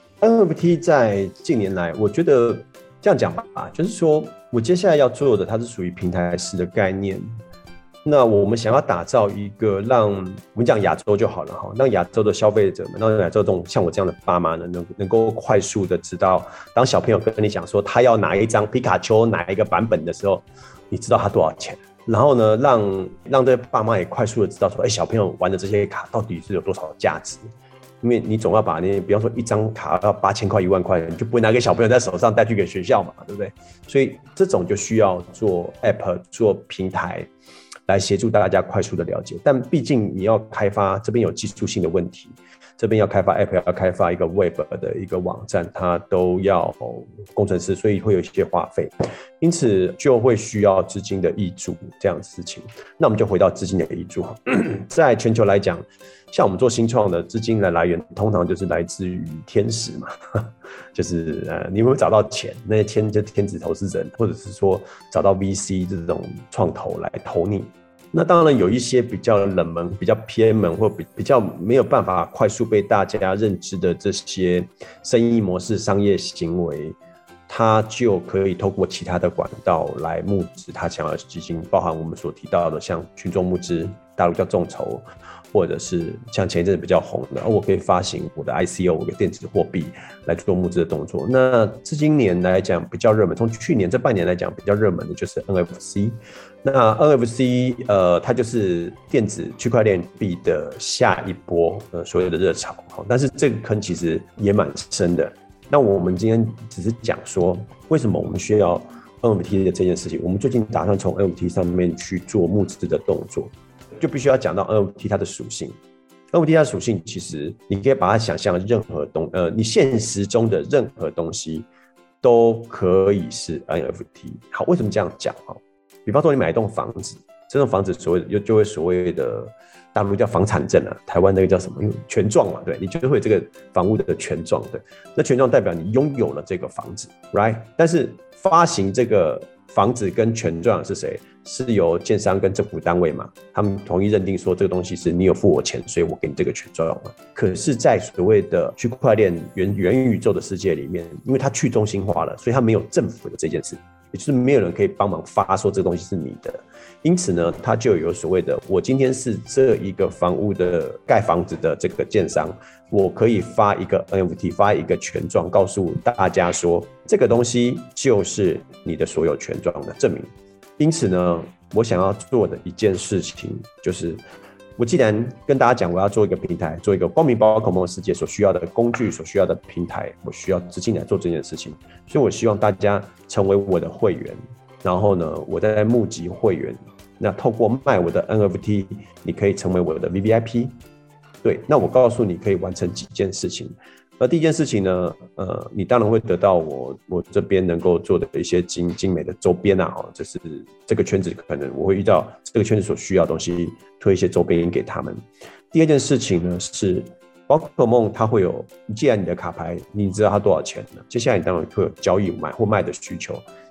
NFT 在近年来，我觉得这样讲吧，就是说我接下来要做的，它是属于平台式的概念。那我们想要打造一个让我们讲亚洲就好了哈，让亚洲的消费者们，让亚洲这种像我这样的爸妈呢，能够快速的知道，当小朋友跟你讲说他要拿一张皮卡丘哪一个版本的时候，你知道他多少钱。然后呢，让这爸妈也快速的知道说，小朋友玩的这些卡到底是有多少价值。因为你总要把那，比方说一张卡要8000块、1万块，你就不会拿给小朋友在手上带去给学校嘛，对不对？所以这种就需要做 App 做平台来协助大家快速的了解。但毕竟你要开发，这边有技术性的问题，这边要开发 App， 要开发一个 Web 的一个网站，它都要工程师，所以会有一些花费，因此就会需要资金的挹注这样的事情。那我们就回到资金的挹注，在全球来讲，像我们做新创的资金的来源，通常就是来自于天使嘛，就是你有没有找到钱？那些天使投资人，或者是说找到 VC 这种创投来投你。那当然有一些比较冷门、比较偏门或比较没有办法快速被大家认知的这些生意模式、商业行为，它就可以透过其他的管道来募资他想要的基金，包含我们所提到的像群众募资，大陆叫众筹，或者是像前一阵子比较红的，我可以发行我的 ICO， 我的电子货币来做募资的动作。那这今年来讲比较热门，从去年这半年来讲比较热门的就是 NFC。那 NFC 它就是电子区块链币的下一波所有的热潮，但是这个坑其实也蛮深的。那我们今天只是讲说，为什么我们需要 NFT 的这件事情，我们最近打算从 NFT 上面去做募资的动作，就必须要讲到 NFT 它的属性。NFT 它的属性其实你可以把它想象任何你现实中的任何东西都可以是 NFT。好，为什么这样讲？比方说你买一栋房子，这栋房子就会所谓的大陆叫房产证啊，台湾那个叫什么？权状嘛，对，你就会有这个房屋的权状，对，那权状代表你拥有了这个房子 ，right？ 但是发行这个房子跟权状是谁？是由建商跟政府单位嘛，他们同意认定说这个东西是你有付我钱，所以我给你这个权状嘛。可是，在所谓的区块链元宇宙的世界里面，因为它去中心化了，所以它没有政府的这件事，也就是没有人可以帮忙发说这个东西是你的。因此呢，它就有所谓的，我今天是这一个房屋的盖房子的这个建商，我可以发一个 NFT， 发一个权状，告诉大家说这个东西就是你的所有权状的证明。因此呢，我想要做的一件事情就是，我既然跟大家讲我要做一个平台，做一个光明宝可梦世界所需要的工具、所需要的平台，我需要资金来做这件事情，所以我希望大家成为我的会员，然后呢，我再募集会员，那透过卖我的 NFT， 你可以成为我的 VVIP。对，那我告诉你可以完成几件事情。而第一件事情呢，你当然会得到我这边能够做的一些精美的周边啊，就是这个圈子可能我会遇到这个圈子所需要的东西，推一些周边给他们。第二件事情呢是宝可梦它会有，既然你的卡牌你知道它多少钱呢，接下来你当然会有交易买或卖的需求。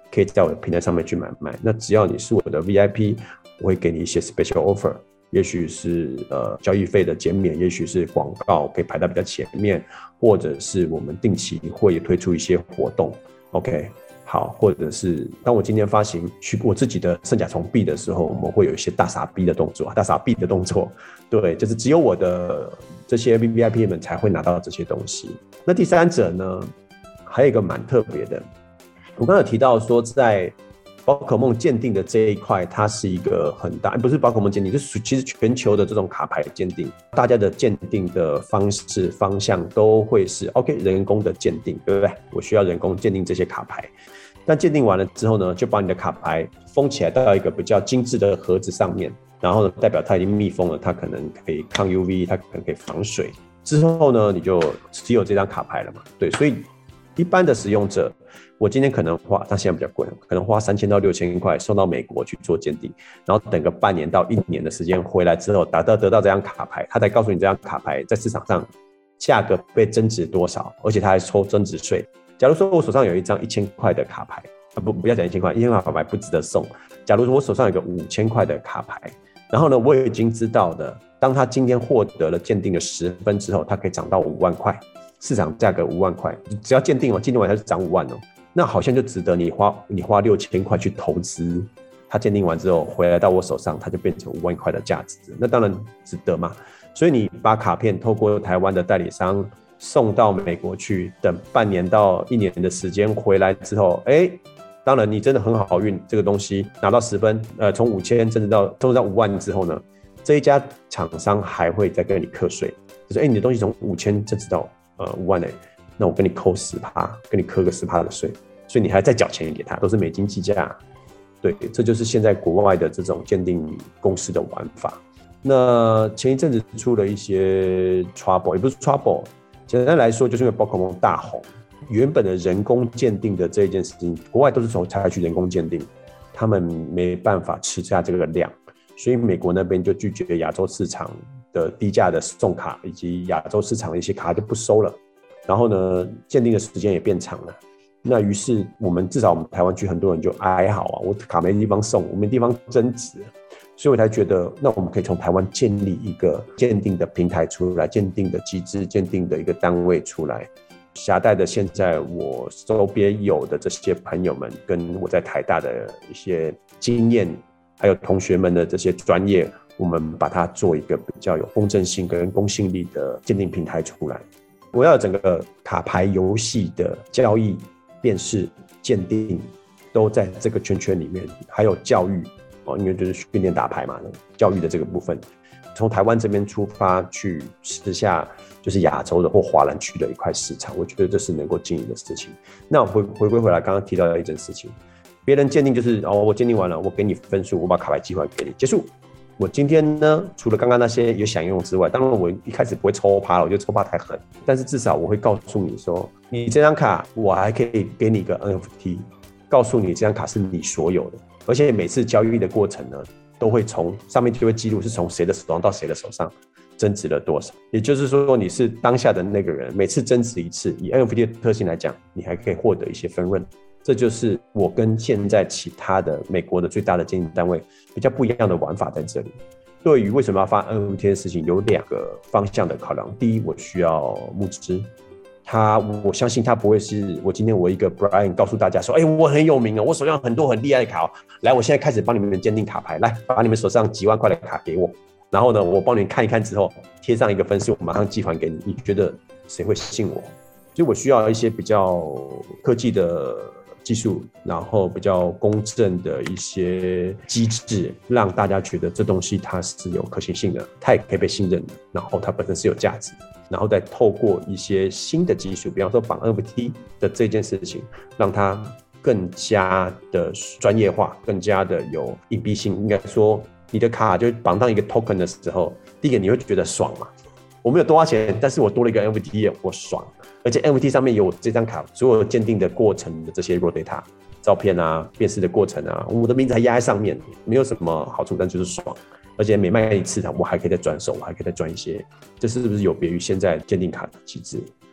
可以在我的平台上面去买卖。那只要你是我的 VIP， 我会给你一些 special offer， 也许是交易费的减免，也许是广告可以排到比较前面，或者是我们定期会推出一些活动。OK， 好，或者是当我今天发行我自己的圣甲虫币的时候，我们会有一些大傻币的动作，对，就是只有我的这些 VIP 们才会拿到这些东西。那第三者呢，还有一个蛮特别的，我刚才有提到说在宝可梦鉴定的这一块，它是一个很大，不是宝可梦鉴定，就是其实全球的这种卡牌鉴定，大家的鉴定的方式方向都会是 OK 人工的鉴定，对不对？我需要人工鉴定这些卡牌，但鉴定完了之后呢，就把你的卡牌封起来到一个比较精致的盒子上面，然后呢，代表它已经密封了，它可能可以抗 UV， 它可能可以防水。之后呢，你就持有这张卡牌了嘛？对，所以一般的使用者，我今天可能花，它现在比较贵，可能花3000到6000块送到美国去做鉴定，然后等个半年到1年的时间回来之后，得到这张卡牌，他才告诉你这张卡牌在市场上价格被增值多少，而且他还抽增值税。假如说我手上有一张1000块的卡牌，不要讲1000块，1000块卡牌不值得送。假如说我手上有个5000块的卡牌，然后呢，我已经知道的，当他今天获得了鉴定的10分之后，它可以涨到5万块，市场价格5万块，只要鉴定完它就涨5万哦。那好像就值得你花6000块去投资，它鉴定完之后回来到我手上，它就变成5万块的价值，那当然值得嘛。所以你把卡片透过台湾的代理商送到美国去，等半年到1年的时间回来之后，当然你真的很好运，这个东西拿到10分，从5000增值到5万之后呢，这一家厂商还会再跟你课税，就是你的东西从5000增值到5万那我跟你扣10%，跟你扣个10%的税，所以你还再缴钱给他，都是美金计价。对，这就是现在国外的这种鉴定公司的玩法。那前一阵子出了一些 trouble， 也不是 trouble， 简单来说就是因为宝可梦大红，原本的人工鉴定的这一件事情，国外都是从采取人工鉴定，他们没办法吃下这个量，所以美国那边就拒绝亚洲市场的低价的送卡，以及亚洲市场的一些卡就不收了。然后呢，鉴定的时间也变长了。那于是至少我们台湾区很多人就哀嚎啊，我卡没地方送，我没地方增值，所以我才觉得，那我们可以从台湾建立一个鉴定的平台出来，鉴定的机制，鉴定的一个单位出来。携带的现在我周边有的这些朋友们，跟我在台大的一些经验，还有同学们的这些专业，我们把它做一个比较有公正性跟公信力的鉴定平台出来。我要整个卡牌游戏的交易、辨识、鉴定都在这个圈圈里面，还有教育因为就是训练打牌嘛，教育的这个部分，从台湾这边出发去吃下就是亚洲的或华人区的一块市场，我觉得这是能够经营的事情。那我回归回来，刚刚提到的一件事情，别人鉴定就是我鉴定完了，我给你分数，我把卡牌寄回来给你，结束。我今天呢，除了刚刚那些有享用之外，当然我一开始不会抽趴了，我觉得抽趴太狠，但是至少我会告诉你说，你这张卡我还可以给你一个 NFT， 告诉你这张卡是你所有的，而且每次交易的过程呢，都会从上面就会记录是从谁的手上到谁的手上增值了多少，也就是说你是当下的那个人，每次增值一次，以 NFT 的特性来讲，你还可以获得一些分润。这就是我跟现在其他的美国的最大的鉴定单位比较不一样的玩法在这里。对于为什么要发 NFT 的事情，有2个方向的考量。第一，我需要募资，我相信他不会是我今天我一个 Brian 告诉大家说，我很有名我手上很多很厉害的卡来，我现在开始帮你们鉴定卡牌，来把你们手上几万块的卡给我，然后呢，我帮你看一看之后贴上一个分数，马上寄还给你，你觉得谁会信我？所以我需要一些比较科技的技术，然后比较公正的一些机制，让大家觉得这东西它是有可行性的，它也可以被信任的，然后它本身是有价值的，然后再透过一些新的技术，比方说绑 NFT 的这件事情，让它更加的专业化，更加的有隐蔽性。应该说，你的卡就绑上一个 token 的时候，第一个你会觉得爽嘛，我没有多花钱，但是我多了一个 NFT， 我爽。而且 NFT 上面有我这张卡所有鉴定的过程的这些 raw data 照片啊、辨识的过程啊，我的名字还压在上面，没有什么好处，但就是爽。而且每卖一次我还可以再转手，我还可以再赚一些，这是不是有别于现在鉴定卡的机制？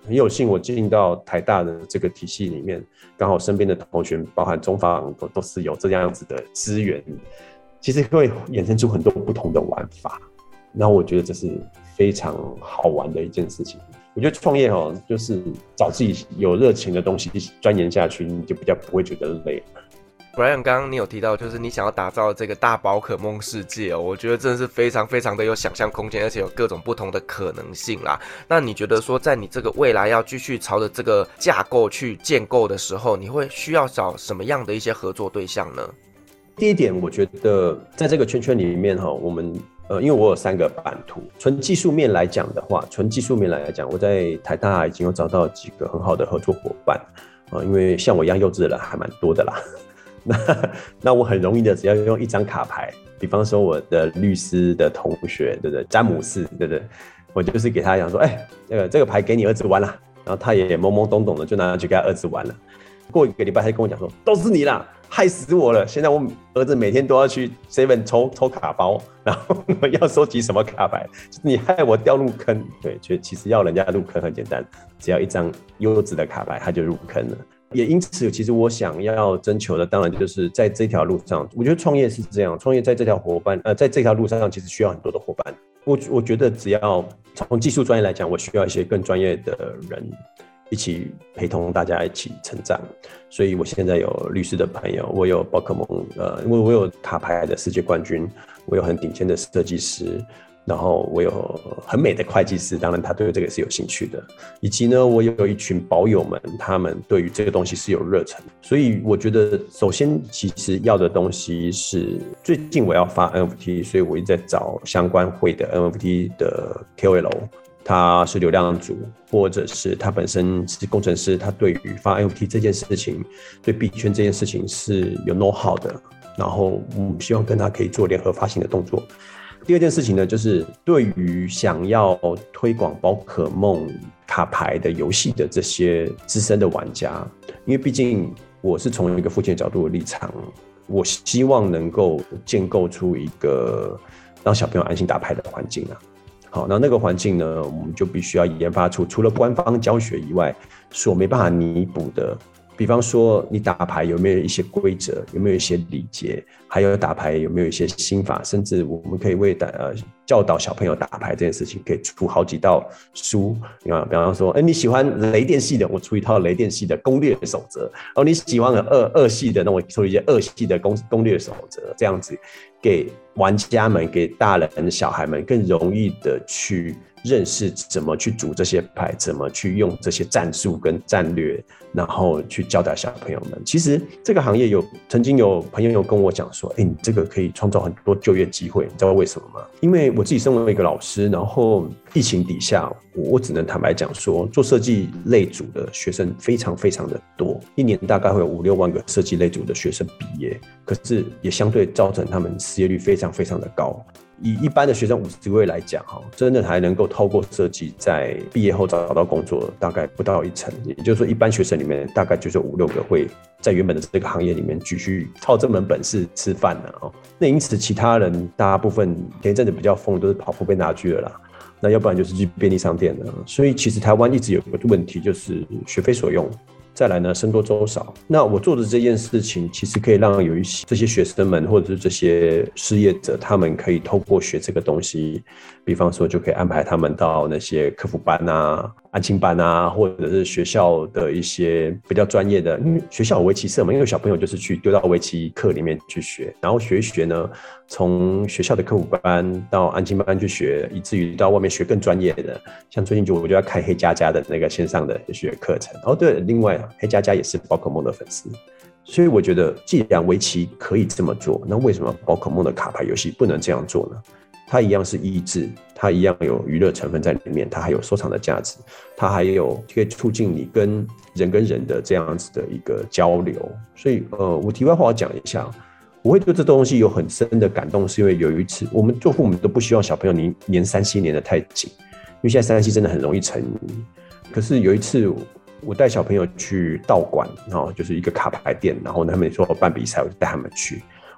很有幸我进到台大的这个体系里面，刚好身边的同学包含中方都是有这样子的资源，其实会衍生出很多不同的玩法。那我觉得这是非常好玩的一件事情。我觉得创业就是找自己有热情的东西钻研下去，你就比较不会觉得累。 Brian， 刚刚你有提到，就是你想要打造这个大宝可梦世界我觉得真的是非常非常的有想象空间，而且有各种不同的可能性啦。那你觉得说，在你这个未来要继续朝着这个架构去建构的时候，你会需要找什么样的一些合作对象呢？ 第一点，我觉得在这个圈圈里面我们因为我有3个版图，纯技术面来讲的话，我在台大已经有找到几个很好的合作伙伴因为像我一样幼稚的人还蛮多的啦。那我很容易的，只要用一张卡牌，比方说我的律师的同学，对不对？詹姆斯，对不对？我就是给他讲说，这个牌给你儿子玩了，然后他也懵懵懂懂的就拿去给他儿子玩了。过1个礼拜，他就跟我讲说，都是你啦，害死我了！现在我儿子每天都要去 7 抽卡包，然后要收集什么卡牌，你害我掉入坑。对，其实要人家入坑很简单，只要一张优质的卡牌，他就入坑了。也因此，其实我想要征求的，当然就是在这条路上，我觉得创业是这样，创业在这条路上，其实需要很多的伙伴。我觉得只要从技术专业来讲，我需要一些更专业的人一起陪同大家一起成长。所以我现在有律师的朋友，我有宝可梦，因为我有卡牌的世界冠军，我有很顶尖的设计师。然后我有很美的会计师，当然他对这个是有兴趣的，以及呢，我有一群宝友们，他们对于这个东西是有热忱。所以我觉得，首先其实要的东西是，最近我要发 NFT， 所以我一直在找相关会的 NFT 的 KOL， 他是流量主，或者是他本身是工程师，他对于发 NFT 这件事情，对币圈这件事情是有 know how 的。然后我们希望跟他可以做联合发行的动作。第二件事情呢，就是对于想要推广宝可梦卡牌的游戏的这些资深的玩家，因为毕竟我是从一个父亲的角度的立场，我希望能够建构出一个让小朋友安心打牌的环境啊。好，那个环境呢，我们就必须要研发出除了官方教学以外所没办法弥补的。比方说，你打牌有没有一些规则，有没有一些礼节，还有打牌有没有一些心法，甚至我们可以为教导小朋友打牌这件事情，可以出好几道书。比方说，你喜欢雷电系的，我出一套雷电系的攻略守则；你喜欢二系的，那我出一些二系的攻略守则，这样子给玩家们、给大人、小孩们更容易的去认识怎么去组这些牌，怎么去用这些战术跟战略，然后去教导小朋友们。其实这个行业曾经有朋友跟我讲说，你这个可以创造很多就业机会，你知道为什么吗？因为我自己身为一个老师，然后疫情底下，我只能坦白讲说，做设计类组的学生非常非常的多，一年大概会有5-6万个设计类组的学生毕业，可是也相对造成他们失业率非常非常的高。以一般的学生50位来讲，真的还能够透过设计在毕业后找到工作，大概不到1成。也就是说，一般学生里面大概就是5-6个会在原本的这个行业里面继续靠这门本事吃饭的。那因此，其他人大部分前一阵子比较疯都是跑步被拿去了啦。那要不然就是去便利商店了。所以其实台湾一直有一个问题，就是学非所用。再来呢，僧多粥少。那我做的这件事情，其实可以让有一些这些学生们，或者是这些失业者，他们可以透过学这个东西，比方说就可以安排他们到那些客服班啊、安亲班啊，或者是学校的一些比较专业的，因为学校有围棋社嘛，因为小朋友就是去丢到围棋课里面去学，然后学一学呢，从学校的客服班到安亲班去学，以至于到外面学更专业的，像最近我就要看黑佳佳的那个线上的学课程。对，另外黑佳佳也是宝可梦的粉丝，所以我觉得既然围棋可以这么做，那为什么宝可梦的卡牌游戏不能这样做呢？它一样是益智，它一样有娱乐成分在里面，它还有收藏的价值，它还有可以促进你跟人的这样子的一个交流。所以我题外话讲一下，我会对这东西有很深的感动，是因为有一次我们做父母都不希望小朋友黏3C黏得太紧，因为现在3C真的很容易沉迷。可是有一次我带小朋友去道馆，就是一个卡牌店，然后他们说办比赛，我就带他们去。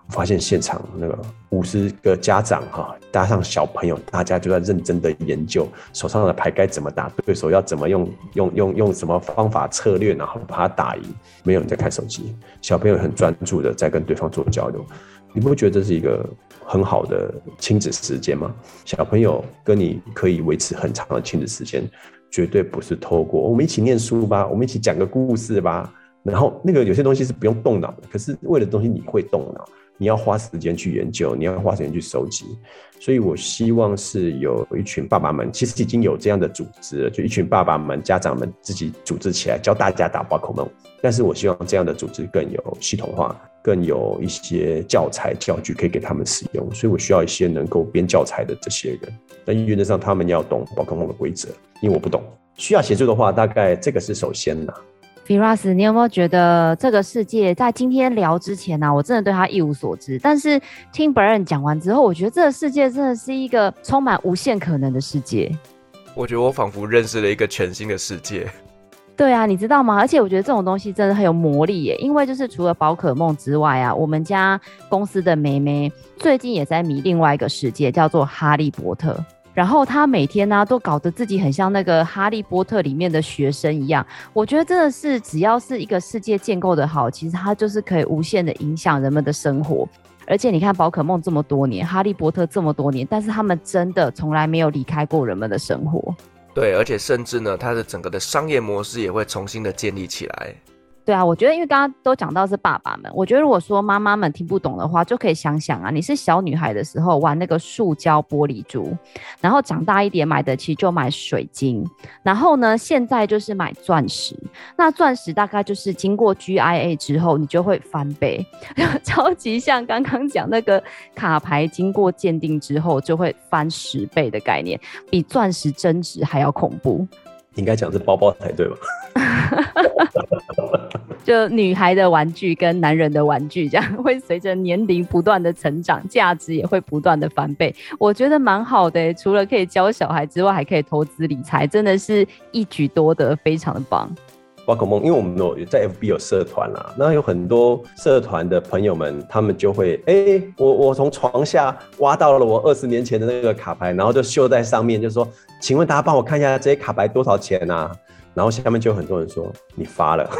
发现现场那个50个家长搭上小朋友，大家就在认真的研究手上的牌该怎么打，对手要怎么用什么方法策略，然后把它打赢。没有人在看手机，小朋友很专注的在跟对方做交流。你不会觉得这是一个很好的亲子时间吗？小朋友跟你可以维持很长的亲子时间，绝对不是透过我们一起念书吧，我们一起讲个故事吧。然后那个有些东西是不用动脑的，可是为了东西你会动脑，你要花时间去研究，你要花时间去收集。所以我希望是有一群爸爸们，其实已经有这样的组织了，就一群爸爸们、家长们自己组织起来教大家打宝可梦。但是我希望这样的组织更有系统化，更有一些教材教具可以给他们使用。所以我需要一些能够编教材的这些人，但原则上他们要懂宝可梦的规则，因为我不懂。需要协助的话，大概这个是首先啦。 Firas， 你有没有觉得这个世界在今天聊之前我真的对他一无所知，但是听 Brian 讲完之后，我觉得这个世界真的是一个充满无限可能的世界。 我觉得我仿佛认识了一个全新的世界。 对啊，你知道吗？而且我觉得这种东西真的很有魔力耶，因为就是除了宝可梦之外我们家公司的妹妹最近也在迷另外一个世界，叫做哈利波特。然后他每天都搞得自己很像那个哈利波特里面的学生一样。我觉得真的是只要是一个世界建构的好，其实它就是可以无限的影响人们的生活。而且你看宝可梦这么多年，哈利波特这么多年，但是他们真的从来没有离开过人们的生活。 对，而且甚至呢，它的整个的商业模式也会重新的建立起来。 对啊，我觉得因为刚刚都讲到是爸爸们，我觉得如果说妈妈们听不懂的话，就可以想想你是小女孩的时候玩那个塑胶玻璃珠，然后长大一点买得起就买水晶，然后呢现在就是买钻石。那钻石大概就是经过 GIA 之后，你就会翻倍，超级像刚刚讲那个卡牌经过鉴定之后就会翻10倍的概念，比钻石增值还要恐怖。 应该讲是包包才对吧？ 就女孩的玩具跟男人的玩具这样会随着年龄不断的成长，价值也会不断的翻倍。我觉得蛮好的除了可以教小孩之外，还可以投资理财，真的是一举多得，非常的棒。 宝可梦，因为我们有在 FB 有社团啦，那有很多社团的朋友们，他们就会我从床下挖到了我20年前的那个卡牌，然后就秀在上面，就说请问大家帮我看一下这些卡牌多少钱啊？然后下面就有很多人说你发了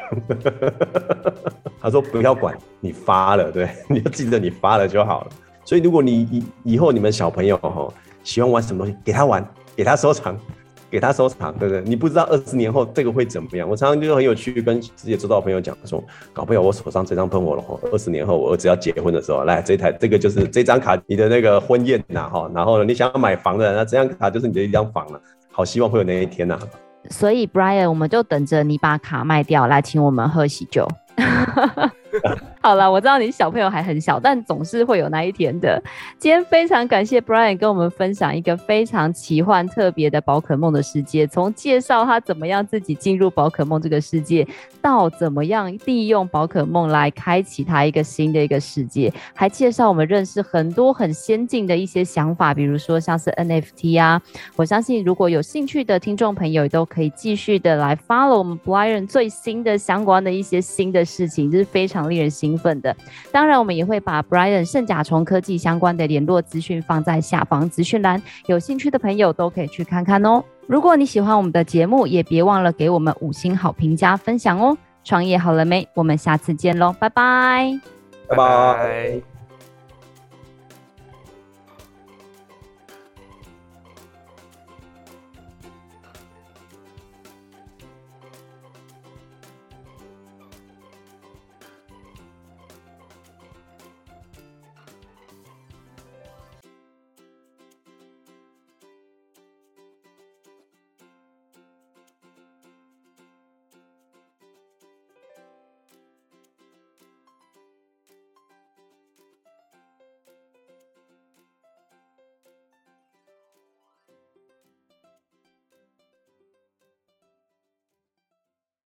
他说不要管你发了，对，你就记得你发了就好了。所以如果你以后你们小朋友喜欢玩什么东西，给他玩，给他收藏，对不对？你不知道20年后这个会怎么样。我常常就很有趣跟自己周遭的朋友讲说，搞不好我手上这张喷火龙20年后我儿子要结婚的时候，来这个就是这张卡你的那个婚宴然后你想要买房的，那这张卡就是你的一张房了。好希望会有那一天所以 Brian， 我们就等着你把卡卖掉来请我们喝喜酒好了，我知道你小朋友还很小，但总是会有那一天的。今天非常感谢 Brian 跟我们分享一个非常奇幻特别的宝可梦的世界，从介绍他怎么样自己进入宝可梦这个世界，到怎么样利用宝可梦来开启他一个新的一个世界，还介绍我们认识很多很先进的一些想法，比如说像是 NFT 我相信如果有兴趣的听众朋友都可以继续的来 follow 我们 Brian 最新的相关的一些新的事情，这是非常令人兴奋的。当然我们也会把 Brian 圣甲虫科技相关的联络资讯放在下方资讯栏，有兴趣的朋友都可以去看看哦。如果你喜欢我们的节目，也别忘了给我们5星好评加分享哦。创业好了没？我们下次见咯，拜拜。 拜拜。